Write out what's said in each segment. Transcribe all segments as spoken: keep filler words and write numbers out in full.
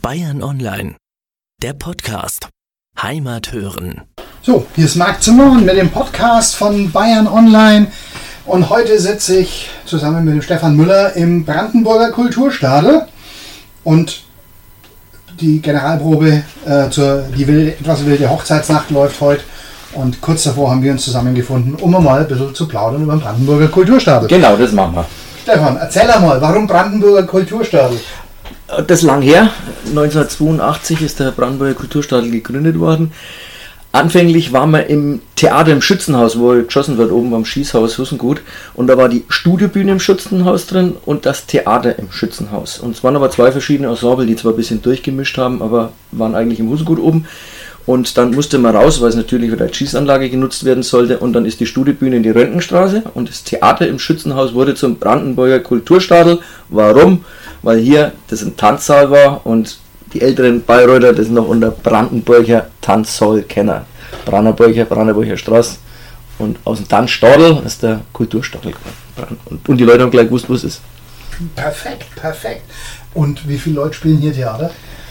Bayern Online, der Podcast. Heimat hören. So, hier ist Marc Zimmermann mit dem Podcast von Bayern Online. Und heute sitze ich zusammen mit dem Stefan Müller im Brandenburger Kulturstadel. Und die Generalprobe äh, zur die wilde, etwas wilde Hochzeitsnacht läuft heute. Und kurz davor haben wir uns zusammengefunden, um mal ein bisschen zu plaudern über den Brandenburger Kulturstadel. Genau, das machen wir. Stefan, erzähl einmal, warum Brandenburger Kulturstadel? Das ist lang her. neunzehnhundertzweiundachtzig ist der Brandenburger Kulturstadel gegründet worden. Anfänglich waren wir im Theater im Schützenhaus, wo geschossen wird, oben beim Schießhaus Hussengut. Und da war die Studiobühne im Schützenhaus drin und das Theater im Schützenhaus. Und es waren aber zwei verschiedene Ensemble, die zwar ein bisschen durchgemischt haben, aber waren eigentlich im Hussengut oben. Und dann musste man raus, weil es natürlich wieder als Schießanlage genutzt werden sollte. Und dann ist die Studiobühne in die Röntgenstraße und das Theater im Schützenhaus wurde zum Brandenburger Kulturstadel. Warum? Weil hier das ein Tanzsaal war und die älteren Bayreuther das noch unter Brandenburger Tanzsaal kennen. Brandenburger, Brandenburger Straße. Und aus dem Tanzstadel ist der Kulturstadel geworden. Und, und die Leute haben gleich gewusst, wo es ist. Perfekt, perfekt. Und wie viele Leute spielen hier Theater?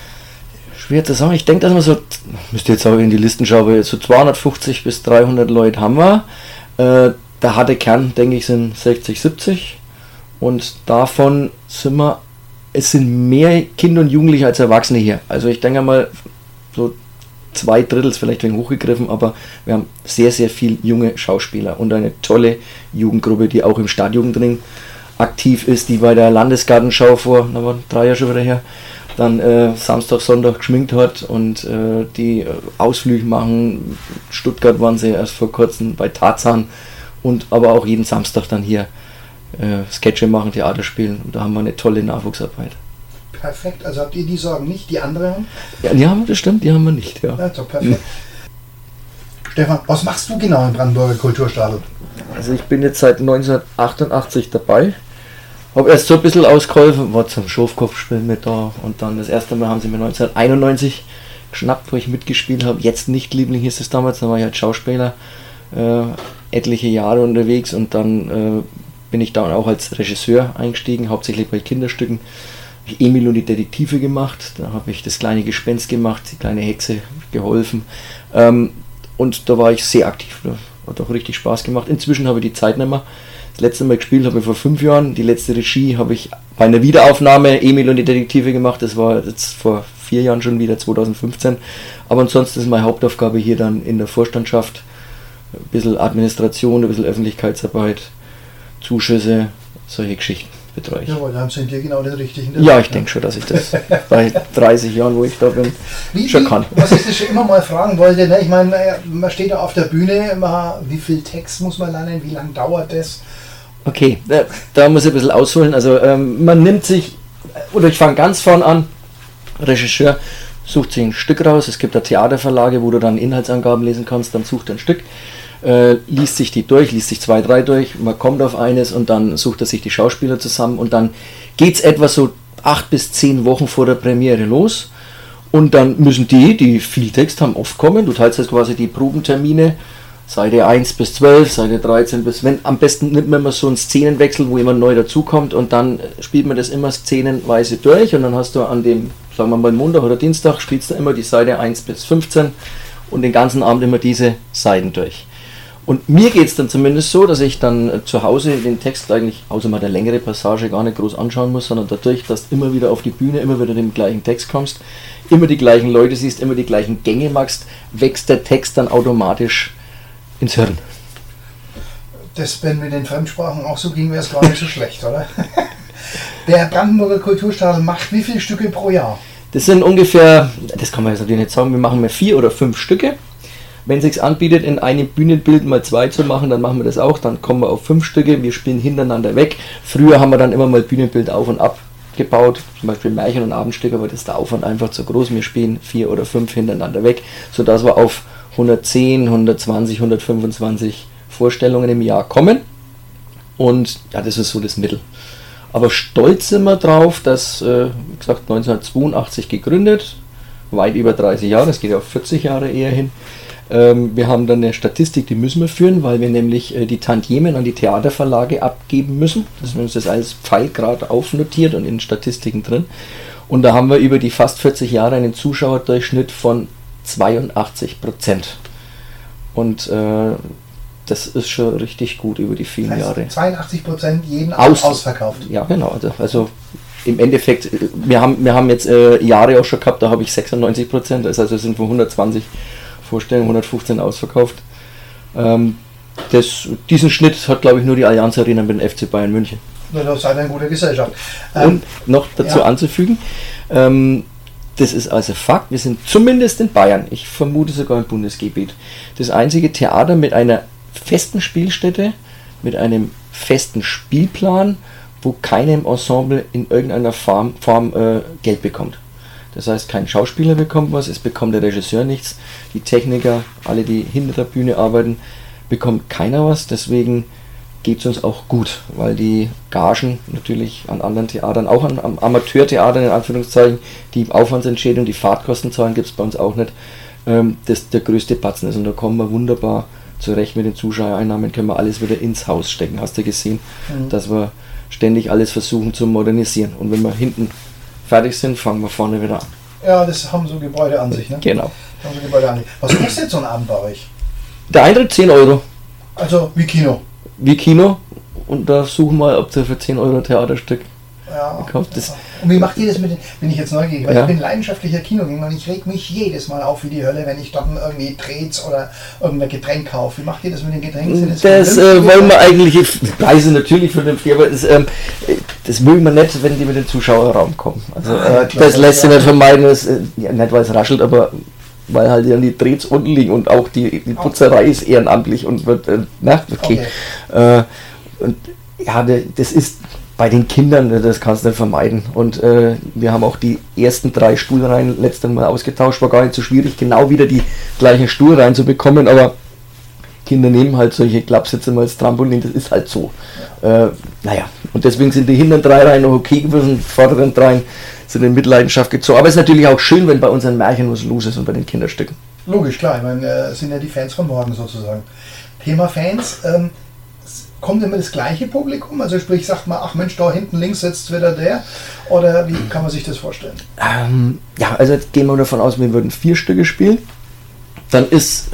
Schwer zu sagen. Ich denke, dass wir so, müsst ihr jetzt auch in die Listen schauen, aber so zweihundertfünfzig bis dreihundert Leute haben wir. Äh, der harte Kern, denke ich, sind sechzig, siebzig. Und davon sind wir, es sind mehr Kinder und Jugendliche als Erwachsene hier. Also ich denke mal, so zwei Drittel ist vielleicht ein wenig hochgegriffen, aber wir haben sehr, sehr viele junge Schauspieler und eine tolle Jugendgruppe, die auch im Stadtjugendring aktiv ist, die bei der Landesgartenschau vor, da waren drei Jahre schon wieder her, dann äh, Samstag, Sonntag geschminkt hat und äh, die äh, Ausflüge machen. In Stuttgart waren sie erst vor kurzem bei Tarzan und aber auch jeden Samstag dann hier äh, Sketche machen, Theater spielen. Und da haben wir eine tolle Nachwuchsarbeit. Perfekt, also habt ihr die Sorgen nicht, die anderen? Ja, die haben wir, das stimmt, die haben wir nicht. Ja, ja doch, perfekt. Stefan, was machst du genau im Brandenburger Kulturstadel? Also ich bin jetzt seit neunzehnhundertachtundachtzig dabei. Habe erst so ein bisschen ausgeholfen, war zum Schofkopfspiel mit da und dann das erste Mal haben sie mir neunzehnhunderteinundneunzig geschnappt, wo ich mitgespielt habe. Jetzt nicht Liebling hieß es damals, da war ich als Schauspieler äh, etliche Jahre unterwegs und dann äh, bin ich da auch als Regisseur eingestiegen, hauptsächlich bei Kinderstücken. Habe ich Emil und die Detektive gemacht, da habe ich das kleine Gespenst gemacht, die kleine Hexe geholfen ähm, und da war ich sehr aktiv, hat auch richtig Spaß gemacht. Inzwischen habe ich die Zeit nicht mehr. Das letzte Mal gespielt habe ich vor fünf Jahren. Die letzte Regie habe ich bei einer Wiederaufnahme Emil und die Detektive gemacht. Das war jetzt vor vier Jahren schon wieder, zweitausendfünfzehn. Aber ansonsten ist meine Hauptaufgabe hier dann in der Vorstandschaft. Ein bisschen Administration, ein bisschen Öffentlichkeitsarbeit, Zuschüsse, solche Geschichten betreue ich. Jawohl, dann sind wir genau den richtigen. Ja, ich denke schon, dass ich das bei dreißig Jahren, wo ich da bin, wie, schon wie, kann. Was ich dich schon immer mal fragen wollte, ne? Ich meine, man steht da auf der Bühne, immer, wie viel Text muss man lernen, wie lange dauert das? Okay, da, da muss ich ein bisschen ausholen. Also ähm, man nimmt sich, oder ich fange ganz vorn an, Regisseur sucht sich ein Stück raus, es gibt da Theaterverlage, wo du dann Inhaltsangaben lesen kannst, dann sucht er ein Stück, äh, liest sich die durch, liest sich zwei, drei durch, man kommt auf eines und dann sucht er sich die Schauspieler zusammen und dann geht es etwa so acht bis zehn Wochen vor der Premiere los und dann müssen die, die viel Text haben, oft kommen, du teilst jetzt quasi die Probentermine, Seite eins bis zwölf, Seite dreizehn bis, wenn am besten nimmt man immer so einen Szenenwechsel, wo jemand neu dazukommt und dann spielt man das immer szenenweise durch und dann hast du an dem, sagen wir mal Montag oder Dienstag, spielst du immer die Seite eins bis fünfzehn und den ganzen Abend immer diese Seiten durch. Und mir geht es dann zumindest so, dass ich dann zu Hause den Text eigentlich, außer mal der längere Passage, gar nicht groß anschauen muss, sondern dadurch, dass du immer wieder auf die Bühne, immer wieder den gleichen Text kommst, immer die gleichen Leute siehst, immer die gleichen Gänge machst, wächst der Text dann automatisch ins Hirn. Das, wenn mit den Fremdsprachen auch so ging, wäre es gar nicht so schlecht, oder? Der Brandenburger Kulturstadel macht wie viele Stücke pro Jahr? Das sind ungefähr, das kann man jetzt natürlich nicht sagen, wir machen mal vier oder fünf Stücke. Wenn es sich anbietet, in einem Bühnenbild mal zwei zu machen, dann machen wir das auch, dann kommen wir auf fünf Stücke, wir spielen hintereinander weg. Früher haben wir dann immer mal Bühnenbild auf und ab gebaut, zum Beispiel Märchen- und Abendstücke, aber das ist der Aufwand einfach zu groß. Wir spielen vier oder fünf hintereinander weg, sodass wir auf hundertzehn, hundertzwanzig, hundertfünfundzwanzig Vorstellungen im Jahr kommen und ja, das ist so das Mittel. Aber stolz sind wir drauf, dass, äh, wie gesagt, neunzehnhundertzweiundachtzig gegründet, weit über dreißig Jahre, es geht ja auf vierzig Jahre eher hin. Ähm, wir haben dann eine Statistik, die müssen wir führen, weil wir nämlich äh, die Tantiemen an die Theaterverlage abgeben müssen. Das ist uns das als Pfeilgrad aufnotiert und in Statistiken drin. Und da haben wir über die fast vierzig Jahre einen Zuschauerdurchschnitt von zweiundachtzig Prozent. Und äh, das ist schon richtig gut über die vielen das heißt, Jahre. zweiundachtzig Prozent jeden Aus, ausverkauft. Ja, genau. Also im Endeffekt, wir haben, wir haben jetzt äh, Jahre auch schon gehabt, da habe ich sechsundneunzig Prozent, also sind von hundertzwanzig Vorstellungen hundertfünfzehn ausverkauft. Ähm, das, diesen Schnitt hat, glaube ich, nur die Allianz Arena mit dem F C Bayern München. Na, das seid eine gute Gesellschaft. Ähm, Und noch dazu ja. anzufügen, ähm, das ist also Fakt, wir sind zumindest in Bayern, ich vermute sogar im Bundesgebiet, das einzige Theater mit einer festen Spielstätte, mit einem festen Spielplan, wo keinem Ensemble in irgendeiner Form, Form äh, Geld bekommt. Das heißt, kein Schauspieler bekommt was, es bekommt der Regisseur nichts, die Techniker, alle, die hinter der Bühne arbeiten, bekommt keiner was. Deswegen geht es uns auch gut, weil die Gagen natürlich an anderen Theatern, auch an, an Amateurtheatern in Anführungszeichen, die Aufwandsentschädigung, die Fahrtkosten zahlen, gibt es bei uns auch nicht, ähm, das der größte Batzen ist. Und da kommen wir wunderbar zurecht mit den Zuschauereinnahmen, können wir alles wieder ins Haus stecken. Hast du gesehen, mhm. dass wir ständig alles versuchen zu modernisieren. Und wenn wir hinten fertig sind, fangen wir vorne wieder an. Ja, das haben so Gebäude an sich, ne? Genau. Haben so Gebäude an sich. Was kostet so ein Abend bei euch? Der Eintritt zehn Euro. Also wie Kino? Wie Kino. Und da suchen wir, ob du für zehn Euro ein Theaterstück ja, gekauft ist. Ja. Und wie macht ihr das mit den, bin ich jetzt neugierig, weil ja. ich bin leidenschaftlicher Kinogänger und ich reg mich jedes Mal auf wie die Hölle, wenn ich dort irgendwie Trets oder irgendein Getränk kaufe. Wie macht ihr das mit den Getränken? Das, das äh, wollen wir eigentlich, Preise natürlich vernünftig, aber das, ähm, das mögen wir nicht, wenn die mit dem Zuschauerraum kommen. Also ah, ja, äh, klar, das lässt sich ja. nicht vermeiden, das, äh, ja, nicht weil es raschelt, aber weil halt dann die Drehs unten liegen und auch die, die Putzerei ist ehrenamtlich und wird, äh, na, okay. okay. Äh, und ja, das ist bei den Kindern, das kannst du nicht vermeiden. Und äh, wir haben auch die ersten drei Stuhlreihen letztes Mal ausgetauscht, war gar nicht so schwierig, genau wieder die gleichen Stuhlreihen zu bekommen, aber Kinder nehmen halt solche Klappsitze mal als Trampolin, das ist halt so. Äh, naja, und deswegen sind die hinteren drei Reihen noch okay gewesen, die vorderen drei sind in Mitleidenschaft gezogen. Aber es ist natürlich auch schön, wenn bei unseren Märchen was los ist und bei den Kinderstücken. Logisch, klar, ich meine, es sind ja die Fans von morgen sozusagen. Thema Fans, ähm, kommt immer das gleiche Publikum? Also sprich, sagt man, ach Mensch, da hinten links sitzt wieder der. Oder wie kann man sich das vorstellen? Ähm, ja, also jetzt gehen wir davon aus, wir würden vier Stücke spielen. Dann ist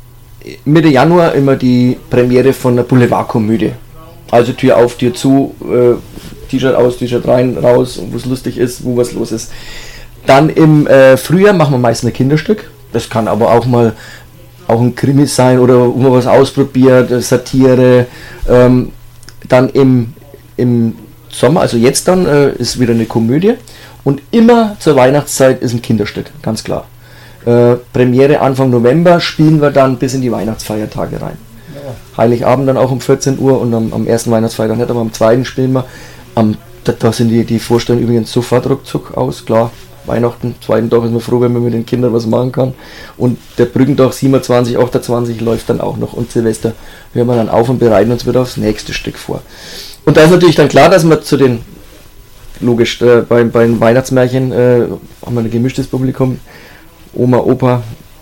Mitte Januar immer die Premiere von der Boulevardkomödie. Also Tür auf, Tür zu, äh, T-Shirt aus, T-Shirt rein, raus, wo es lustig ist, wo was los ist. Dann im äh, Frühjahr machen wir meist ein Kinderstück. Das kann aber auch mal auch ein Krimi sein oder wo man was ausprobiert, Satire. Ähm, dann im, im Sommer, also jetzt dann, äh, ist wieder eine Komödie. Und immer zur Weihnachtszeit ist ein Kinderstück, ganz klar. Äh, Premiere Anfang November, spielen wir dann bis in die Weihnachtsfeiertage rein. Ja. Heiligabend dann auch um vierzehn Uhr und am, am ersten Weihnachtsfeiertag nicht, aber am zweiten spielen wir. Am, da, da sind die, die Vorstellungen übrigens sofort ruckzuck aus, klar. Weihnachten, zweiten Tag ist man froh, wenn man mit den Kindern was machen kann. Und der Brückentag siebenundzwanzig, achtundzwanzig läuft dann auch noch. Und Silvester hören wir dann auf und bereiten uns wieder aufs nächste Stück vor. Und da ist natürlich dann klar, dass wir zu den, logisch, äh, bei, bei den Weihnachtsmärchen äh, haben wir ein gemischtes Publikum. Oma, Opa,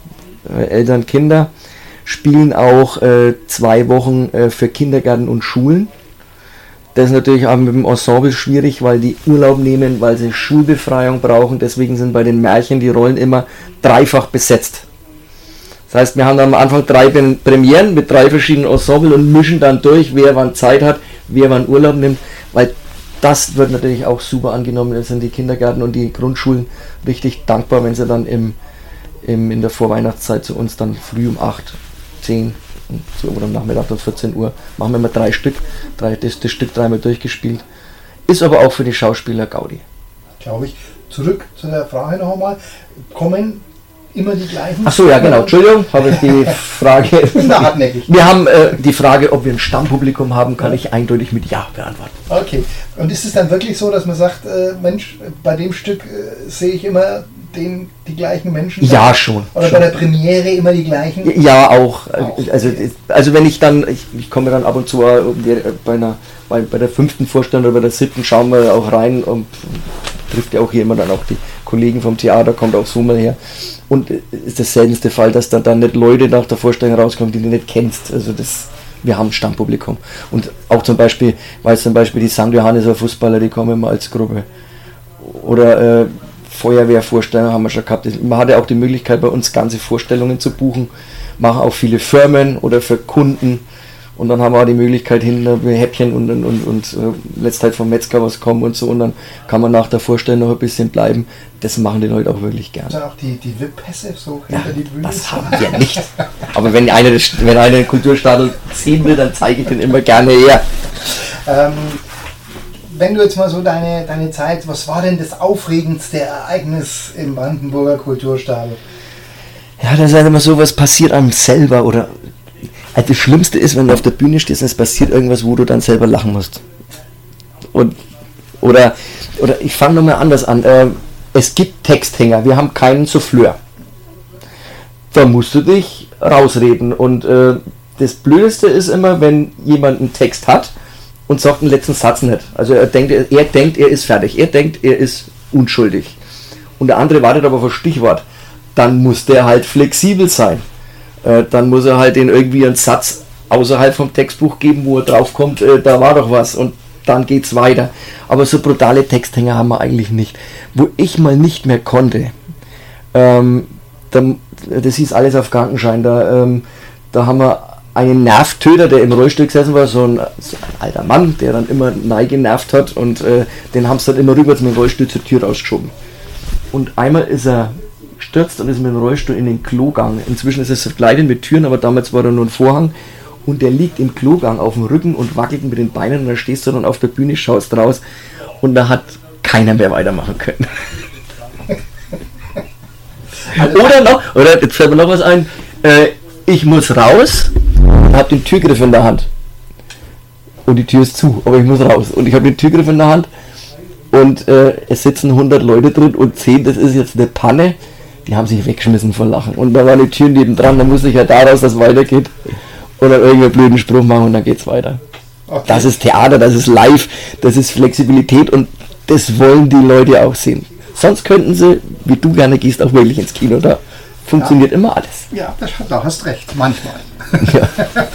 äh, Eltern, Kinder. Spielen auch äh, zwei Wochen äh, für Kindergärten und Schulen. Das ist natürlich auch mit dem Ensemble schwierig, weil die Urlaub nehmen, weil sie Schulbefreiung brauchen. Deswegen sind bei den Märchen die Rollen immer dreifach besetzt. Das heißt, wir haben am Anfang drei Premieren mit drei verschiedenen Ensembles und mischen dann durch, wer wann Zeit hat, wer wann Urlaub nimmt. Weil das wird natürlich auch super angenommen. Das sind die Kindergärten und die Grundschulen richtig dankbar, wenn sie dann im, im, in der Vorweihnachtszeit zu uns dann früh um acht, zehn so, oder am Nachmittag um vierzehn Uhr machen wir mal drei Stück, drei, das, das Stück dreimal durchgespielt. Ist aber auch für die Schauspieler Gaudi. Glaube ich. Zurück zu der Frage noch einmal. Kommen immer die gleichen? Achso, ja genau, Entschuldigung, habe ich die Frage. Ich bin da hartnäckig. Wir haben äh, die Frage, ob wir ein Stammpublikum haben, kann ich eindeutig mit Ja beantworten. Okay. Und ist es dann wirklich so, dass man sagt, äh, Mensch, bei dem Stück äh, sehe ich immer den, die gleichen Menschen? Ja, da? schon. Oder schon. bei der Premiere immer die gleichen? Ja, auch. auch. Also, also wenn ich dann, ich, ich komme dann ab und zu äh, bei, einer, bei, bei der fünften Vorstellung oder bei der siebten schauen wir auch rein und trifft ja auch hier immer dann auch die Kollegen vom Theater, kommt auch so mal her. Und ist das seltenste Fall, dass da dann nicht Leute nach der Vorstellung rauskommen, die du nicht kennst. Also das, wir haben ein Stammpublikum. Und auch zum Beispiel, weil zum Beispiel die Sankt Johanneser Fußballer, die kommen immer als Gruppe. Oder äh, Feuerwehrvorstellungen haben wir schon gehabt. Man hatte auch die Möglichkeit, bei uns ganze Vorstellungen zu buchen. Machen auch viele Firmen oder für Kunden. Und dann haben wir auch die Möglichkeit, hinten Häppchen und, und, und, und äh, letztlich halt vom Metzger was kommen und so. Und dann kann man nach der Vorstellung noch ein bisschen bleiben. Das machen die Leute auch wirklich gerne. Dann auch die, die V I P-Pässe so Ja, hinter die Bühne. das haben wir nicht. Aber wenn einer, das, wenn einer den Kulturstadel sehen will, dann zeige ich den immer gerne her. Ähm, wenn du jetzt mal so deine, deine Zeit, was war denn das aufregendste Ereignis im Brandenburger Kulturstadel? Ja, da ist halt immer so, was passiert einem selber. Oder halt das Schlimmste ist, wenn du auf der Bühne stehst und es passiert irgendwas, wo du dann selber lachen musst. Und, oder, oder ich fange nochmal anders an. Äh, es gibt Texthänger, wir haben keinen Souffleur. Da musst du dich rausreden. Und äh, das Blödeste ist immer, wenn jemand einen Text hat und sagt den letzten Satz nicht. Also er denkt, er, er denkt, er ist fertig. Er denkt, er ist unschuldig. Und der andere wartet aber auf ein Stichwort. Dann muss der halt flexibel sein. Äh, dann muss er halt den irgendwie einen Satz außerhalb vom Textbuch geben, wo er draufkommt, äh, da war doch was und dann geht's weiter. Aber so brutale Texthänger haben wir eigentlich nicht. Wo ich mal nicht mehr konnte, ähm, da, das hieß alles auf Krankenschein, da, ähm, da haben wir einen Nervtöter, der im Rollstuhl gesessen war, so ein, so ein alter Mann, der dann immer nahe genervt hat und äh, den haben sie dann immer rüber mit dem Rollstuhl zur Tür rausgeschoben. Und einmal ist er gestürzt und ist mit dem Rollstuhl in den Klogang. Inzwischen ist es verkleidet mit Türen, aber damals war da nur ein Vorhang. Und der liegt im Klogang auf dem Rücken und wackelt mit den Beinen und da stehst du dann auf der Bühne, schaust raus und da hat keiner mehr weitermachen können. Oder noch, oder jetzt fällt mir noch was ein, äh, ich muss raus und habe den Türgriff in der Hand. Und die Tür ist zu, aber ich muss raus. Und ich habe den Türgriff in der Hand und äh, es sitzen hundert Leute drin und zehn, das ist jetzt eine Panne. Die haben sich weggeschmissen vor Lachen. Und da war eine Tür nebendran, da musste ich ja daraus, dass es weitergeht. Oder irgendeinen blöden Spruch machen und dann geht's weiter. Okay. Das ist Theater, das ist live, das ist Flexibilität und das wollen die Leute auch sehen. Sonst könnten sie, wie du gerne gehst, auch wirklich ins Kino. Da funktioniert ja immer alles. Ja, das, da hast recht, manchmal. Ja.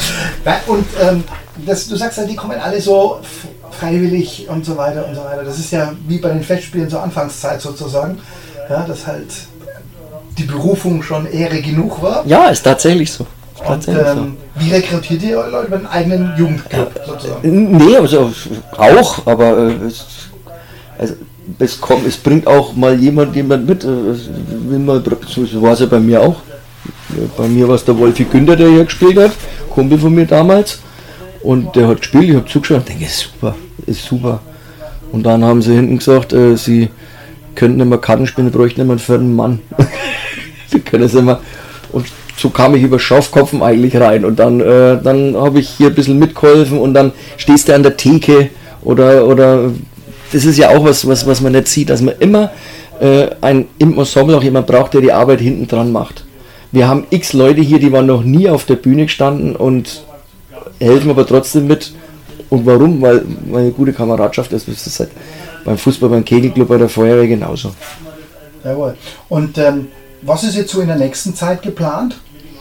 Und ähm, das, du sagst ja, die kommen alle so freiwillig und so weiter und so weiter. Das ist ja wie bei den Festspielen zur Anfangszeit sozusagen, ja, dass halt die Berufung schon Ehre genug war. Ja, ist tatsächlich so. Ist und tatsächlich ähm, so. Wie rekrutiert ihr Leute über den eigenen Jugendclub sozusagen? Nee, also auch, aber äh, es, also, es, kommt, es bringt auch mal jemand jemand mit. Äh, will mal, so war es ja bei mir auch. Bei mir war es der Wolfi Günther, der hier gespielt hat, Kumpel von mir damals. Und der hat gespielt, ich habe zugeschaut und denke, ist super, ist super. Und dann haben sie hinten gesagt, äh, sie könnten nicht mehr Karten spielen, bräuchten nicht mehr einen vierten Mann. Sie können es immer. Und so kam ich über Schafkopfen eigentlich rein. Und dann, äh, dann habe ich hier ein bisschen mitgeholfen und dann stehst du an der Theke oder, oder das ist ja auch was, was, was man nicht sieht, dass man immer äh, ein, im Ensemble auch jemand braucht, der die Arbeit hinten dran macht. Wir haben x Leute hier, die waren noch nie auf der Bühne gestanden und helfen aber trotzdem mit. Und warum? Weil, weil eine gute Kameradschaft ist. Das ist halt beim Fußball, beim Kegelclub, bei der Feuerwehr genauso. Jawohl. Und ähm, was ist jetzt so in der nächsten Zeit geplant?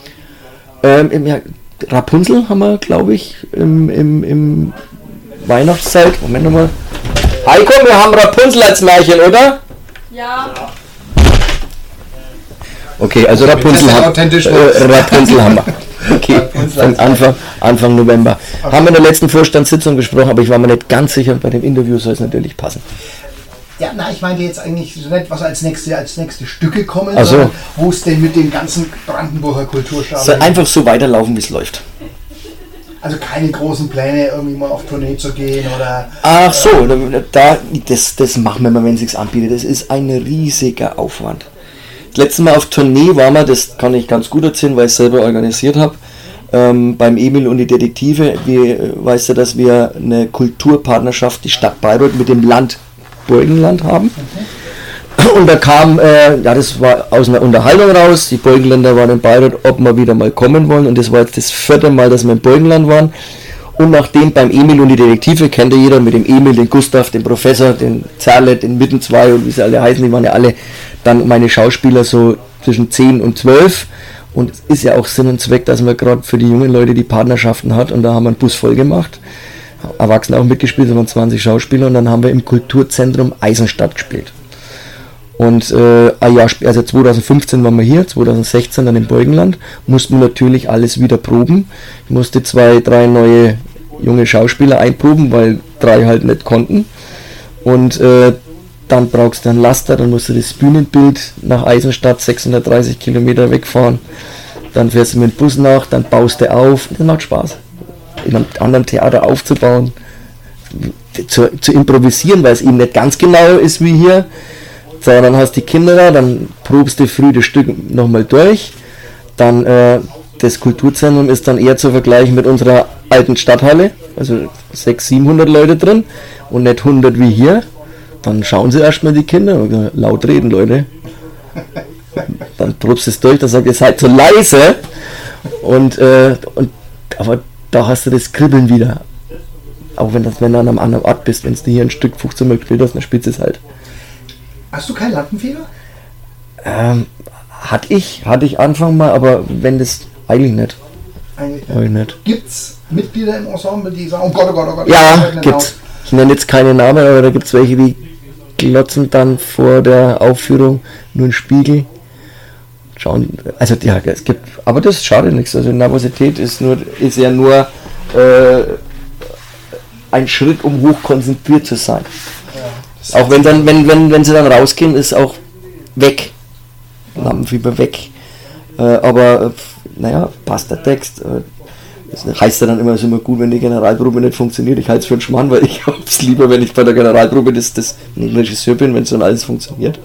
Ähm, im, ja, Rapunzel haben wir, glaube ich, im, im, im Weihnachtszeit. Moment nochmal. Heiko, wir haben Rapunzel als Märchen, oder? Ja. Okay, also Rapunzel, haben, äh, Rapunzel haben wir. Okay, von Anfang, Anfang November. Okay. Haben wir in der letzten Vorstandssitzung gesprochen, aber ich war mir nicht ganz sicher und bei dem Interview soll es natürlich passen. Ja, na, ich meinte jetzt eigentlich so nicht, was als nächste, als nächste Stücke kommen, so. Sondern wo es denn mit dem ganzen Brandenburger Kulturstadel soll einfach so weiterlaufen, wie es läuft. Also keine großen Pläne, irgendwie mal auf Tournee zu gehen oder... Ach so, äh, da, das, das machen wir mal, wenn es sich anbietet. Das ist ein riesiger Aufwand. Das letzte Mal auf Tournee waren wir, das kann ich ganz gut erzählen, weil ich es selber organisiert habe, ähm, beim Emil und die Detektive. Wie, weißt du, dass wir eine Kulturpartnerschaft, die Stadt Bayreuth mit dem Land Burgenland haben. Okay. Und da kam, äh, ja, das war aus einer Unterhaltung raus, die Burgenländer waren in Bayreuth, ob wir wieder mal kommen wollen. Und das war jetzt das vierte Mal, dass wir im Burgenland waren. Und nachdem beim Emil und die Detektive, kennt ja jeder, mit dem Emil, den Gustav, den Professor, den Zerle, den Mitten zwei und wie sie alle heißen, die waren ja alle dann meine Schauspieler so zwischen zehn und zwölf. Und es ist ja auch Sinn und Zweck, dass man gerade für die jungen Leute die Partnerschaften hat. Und da haben wir einen Bus voll gemacht. Erwachsene auch mitgespielt, es waren zwanzig Schauspieler. Und dann haben wir im Kulturzentrum Eisenstadt gespielt. Und äh, ein Jahr später, also zwanzig fünfzehn waren wir hier, zwanzig sechzehn dann im Burgenland, mussten wir natürlich alles wieder proben. Ich musste zwei, drei neue junge Schauspieler einproben, weil drei halt nicht konnten. Und äh, dann brauchst du einen Laster, dann musst du das Bühnenbild nach Eisenstadt sechshundertdreißig Kilometer wegfahren. Dann fährst du mit dem Bus nach, dann baust du auf. Das macht Spaß. In einem anderen Theater aufzubauen, zu, zu improvisieren, weil es eben nicht ganz genau ist wie hier. So, dann hast du die Kinder da, dann probst du früh das Stück nochmal durch. Dann äh, das Kulturzentrum ist dann eher zu vergleichen mit unserer alten Stadthalle, also sechshundert, siebenhundert Leute drin und nicht hundert wie hier. Dann schauen sie erstmal die Kinder und laut reden, Leute. Dann probst du es durch, dann sagt ihr, seid so leise. Und, äh, und aber da hast du das Kribbeln wieder. Auch wenn, das, wenn du an einem anderen Ort bist, wenn du hier ein Stück fünfzehn Mal gespielt hast, dann spielst du es halt. Hast du kein Lampenfieber? Ähm, hatte ich, hatte ich Anfang mal, aber wenn das eigentlich nicht. Eigentlich Eigentlich nicht. Gibt es Mitglieder im Ensemble, die sagen, oh Gott, oh Gott, oh Gott. Ja, gibt's. Ich nenne jetzt keine Namen, aber da gibt es welche, die glotzen dann vor der Aufführung nur einen Spiegel. Schauen, also ja, es gibt, aber das schadet nichts. Also Nervosität ist nur, ist ja nur äh, ein Schritt, um hochkonzentriert zu sein. Ja, auch wenn dann, wenn, wenn, wenn sie dann rausgehen, ist auch weg. Lampenfieber weg. Äh, aber äh, naja, passt der Text. Äh, das heißt ja dann immer, es ist immer gut, wenn die Generalprobe nicht funktioniert. Ich halte es für einen Schmarrn, weil ich hab's lieber, wenn ich bei der Generalprobe das, das ein Regisseur bin, wenn es dann alles funktioniert.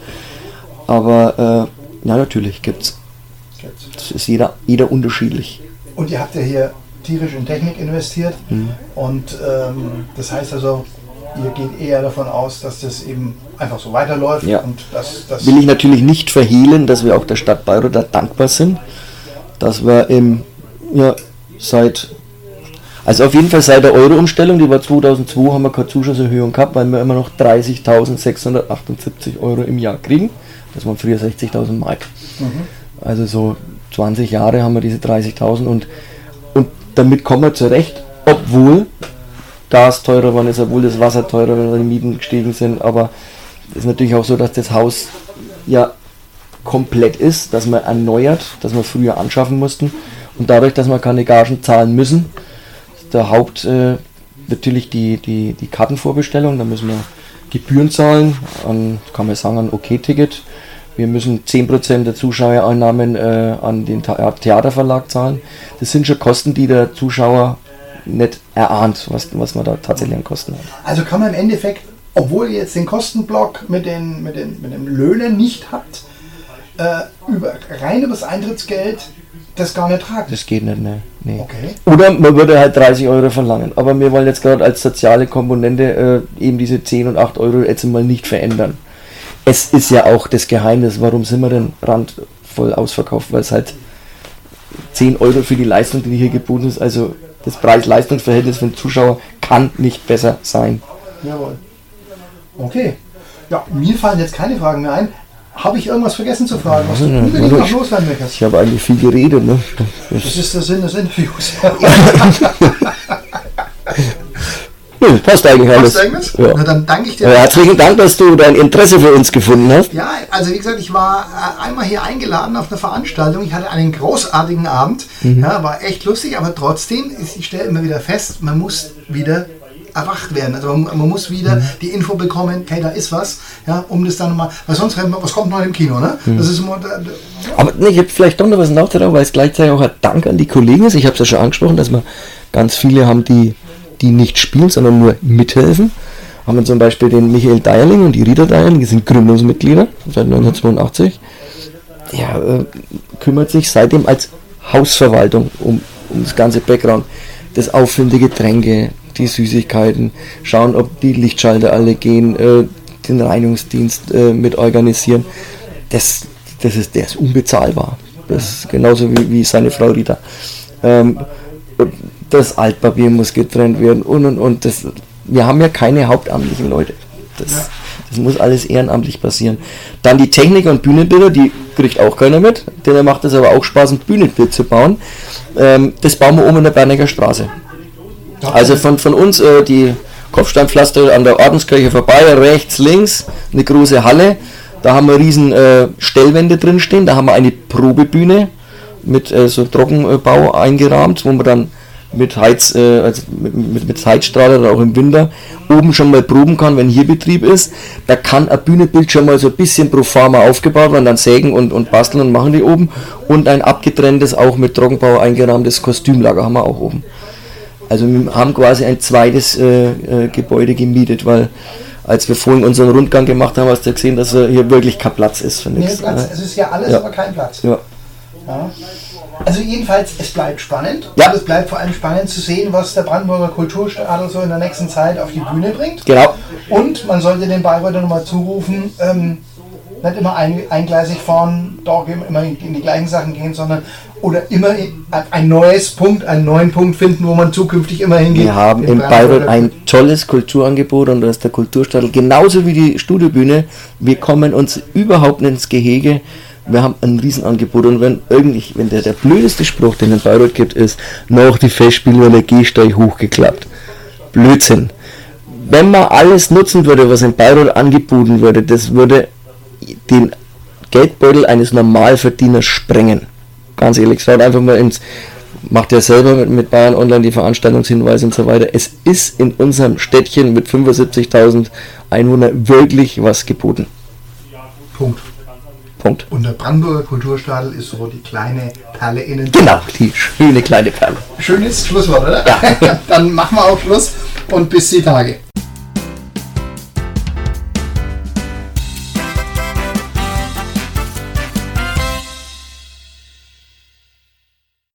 Aber äh, ja, natürlich gibt's. Das ist jeder, jeder unterschiedlich. Und ihr habt ja hier tierisch in Technik investiert. Mhm. Und ähm, das heißt also, ihr geht eher davon aus, dass das eben einfach so weiterläuft. Ja. Und das, das will ich natürlich nicht verhehlen, dass wir auch der Stadt Bayreuth da dankbar sind, dass wir im, ja, seit, also auf jeden Fall seit der Euro-Umstellung, die war zweitausendzwei, haben wir keine Zuschusserhöhung gehabt, weil wir immer noch dreißigtausendsechshundertachtundsiebzig Euro im Jahr kriegen. Das waren früher sechzigtausend Mark. Mhm. Also so zwanzig Jahre haben wir diese dreißigtausend und, und damit kommen wir zurecht, obwohl Gas teurer geworden ist, obwohl das Wasser teurer, weil die Mieten gestiegen sind, aber es ist natürlich auch so, dass das Haus ja komplett ist, dass man erneuert, dass wir früher anschaffen mussten und dadurch, dass wir keine Gagen zahlen müssen, ist der Haupt äh, natürlich die, die, die Kartenvorbestellung, da müssen wir Gebühren zahlen, an, kann man sagen, ein OK-Ticket. Wir müssen zehn Prozent der Zuschauereinnahmen äh, an den The- Theaterverlag zahlen. Das sind schon Kosten, die der Zuschauer nicht erahnt, was, was man da tatsächlich an Kosten hat. Also kann man im Endeffekt, obwohl ihr jetzt den Kostenblock mit den, mit den, mit den Löhnen nicht habt, äh, über, rein über das Eintrittsgeld das gar nicht tragen? Das geht nicht, ne. Nee. Okay. Oder man würde halt dreißig Euro verlangen. Aber wir wollen jetzt gerade als soziale Komponente äh, eben diese zehn und acht Euro jetzt mal nicht verändern. Es ist ja auch das Geheimnis, warum sind wir denn randvoll ausverkauft, weil es halt zehn Euro für die Leistung, die hier geboten ist, also das Preis-Leistungs-Verhältnis für den Zuschauer kann nicht besser sein. Jawohl. Okay. Ja, mir fallen jetzt keine Fragen mehr ein. Habe ich irgendwas vergessen zu fragen, was du unbedingt noch loswerden möchtest? Ich habe eigentlich viel geredet, ne? Das, das ist der Sinn des Interviews. Ja, passt eigentlich alles. Passt eigentlich? Ja. Na, dann danke ich dir. Ja, herzlichen Dank, dass du dein Interesse für uns gefunden hast. Ja, also wie gesagt, ich war äh, einmal hier eingeladen auf eine Veranstaltung. Ich hatte einen großartigen Abend. Mhm. Ja, war echt lustig, aber trotzdem, ich stelle immer wieder fest, man muss wieder erwacht werden. Also man, man muss wieder mhm. die Info bekommen, hey, da ist was, ja, um das dann nochmal, weil sonst, was kommt noch im Kino, ne? Mhm. Das ist immer, da, da, aber ne, ich habe vielleicht doch noch was nachzudenken, weil es gleichzeitig auch ein Dank an die Kollegen ist. Ich habe es ja schon angesprochen, dass wir ganz viele haben, die die nicht spielen, sondern nur mithelfen. Haben wir zum Beispiel den Michael Deierling und die Rita Deierling, die sind Gründungsmitglieder seit neunzehnhundertzweiundachtzig. Der äh, kümmert sich seitdem als Hausverwaltung um, um das ganze Background. Das Auffüllen der Getränke, die Süßigkeiten, schauen, ob die Lichtschalter alle gehen, äh, den Reinigungsdienst äh, mit organisieren. Das, das ist, der ist unbezahlbar. Das ist genauso wie, wie seine Frau Rita. Ähm, das Altpapier muss getrennt werden und und und. Das, wir haben ja keine hauptamtlichen Leute. Das, ja. das muss alles ehrenamtlich passieren. Dann die Techniker und Bühnenbilder, die kriegt auch keiner mit. Denen macht es aber auch Spaß, ein Bühnenbild zu bauen. Ähm, das bauen wir oben in der Bernecker Straße. Okay. Also von, von uns äh, die Kopfsteinpflaster an der Ordenskirche vorbei, rechts, links, eine große Halle. Da haben wir riesen äh, Stellwände drin stehen, da haben wir eine Probebühne mit äh, so Trockenbau eingerahmt, wo wir dann mit Heiz, äh, also mit, mit, mit Heizstrahler oder auch im Winter oben schon mal proben kann, wenn hier Betrieb ist. Da kann ein Bühnenbild schon mal so ein bisschen pro forma aufgebaut werden, dann sägen und, und basteln und machen die oben. Und ein abgetrenntes, auch mit Trockenbau eingerahmtes Kostümlager haben wir auch oben. Also wir haben quasi ein zweites äh, äh, Gebäude gemietet, weil als wir vorhin unseren Rundgang gemacht haben, hast du gesehen, dass äh, hier wirklich kein Platz ist für nichts. Nee, Platz. Ne? Es ist ja alles, ja. aber kein Platz. Ja. Ja. Also jedenfalls, es bleibt spannend. Ja. Und es bleibt vor allem spannend zu sehen, was der Brandenburger Kulturstadel so in der nächsten Zeit auf die Bühne bringt. Genau. Und man sollte den Bayreuther nochmal zurufen, ähm, nicht immer ein, eingleisig fahren, da immer in die gleichen Sachen gehen, sondern oder immer ein neues Punkt, einen neuen Punkt finden, wo man zukünftig immer hingeht. Wir haben in Bayreuth ein tolles Kulturangebot und da ist der Kulturstadel genauso wie die Studiobühne. Wir kommen uns überhaupt nicht ins Gehege. Wir haben ein Riesenangebot und wenn irgendwie, wenn der, der blödeste Spruch, den in Bayreuth gibt, ist, nach die Festspiele wird der Gehsteig hochgeklappt. Blödsinn. Wenn man alles nutzen würde, was in Bayreuth angeboten würde, das würde den Geldbeutel eines Normalverdieners sprengen. Ganz ehrlich, schaut einfach mal ins, macht ja selber mit, mit Bayern Online die Veranstaltungshinweise und so weiter. Es ist in unserem Städtchen mit fünfundsiebzigtausend Einwohnern wirklich was geboten. Punkt. Punkt. Und der Brandenburger Kulturstadel ist so die kleine Perle innen. Genau, die schöne kleine Perle. Schönes Schlusswort, oder? Ja. Dann machen wir auch Schluss und bis die Tage.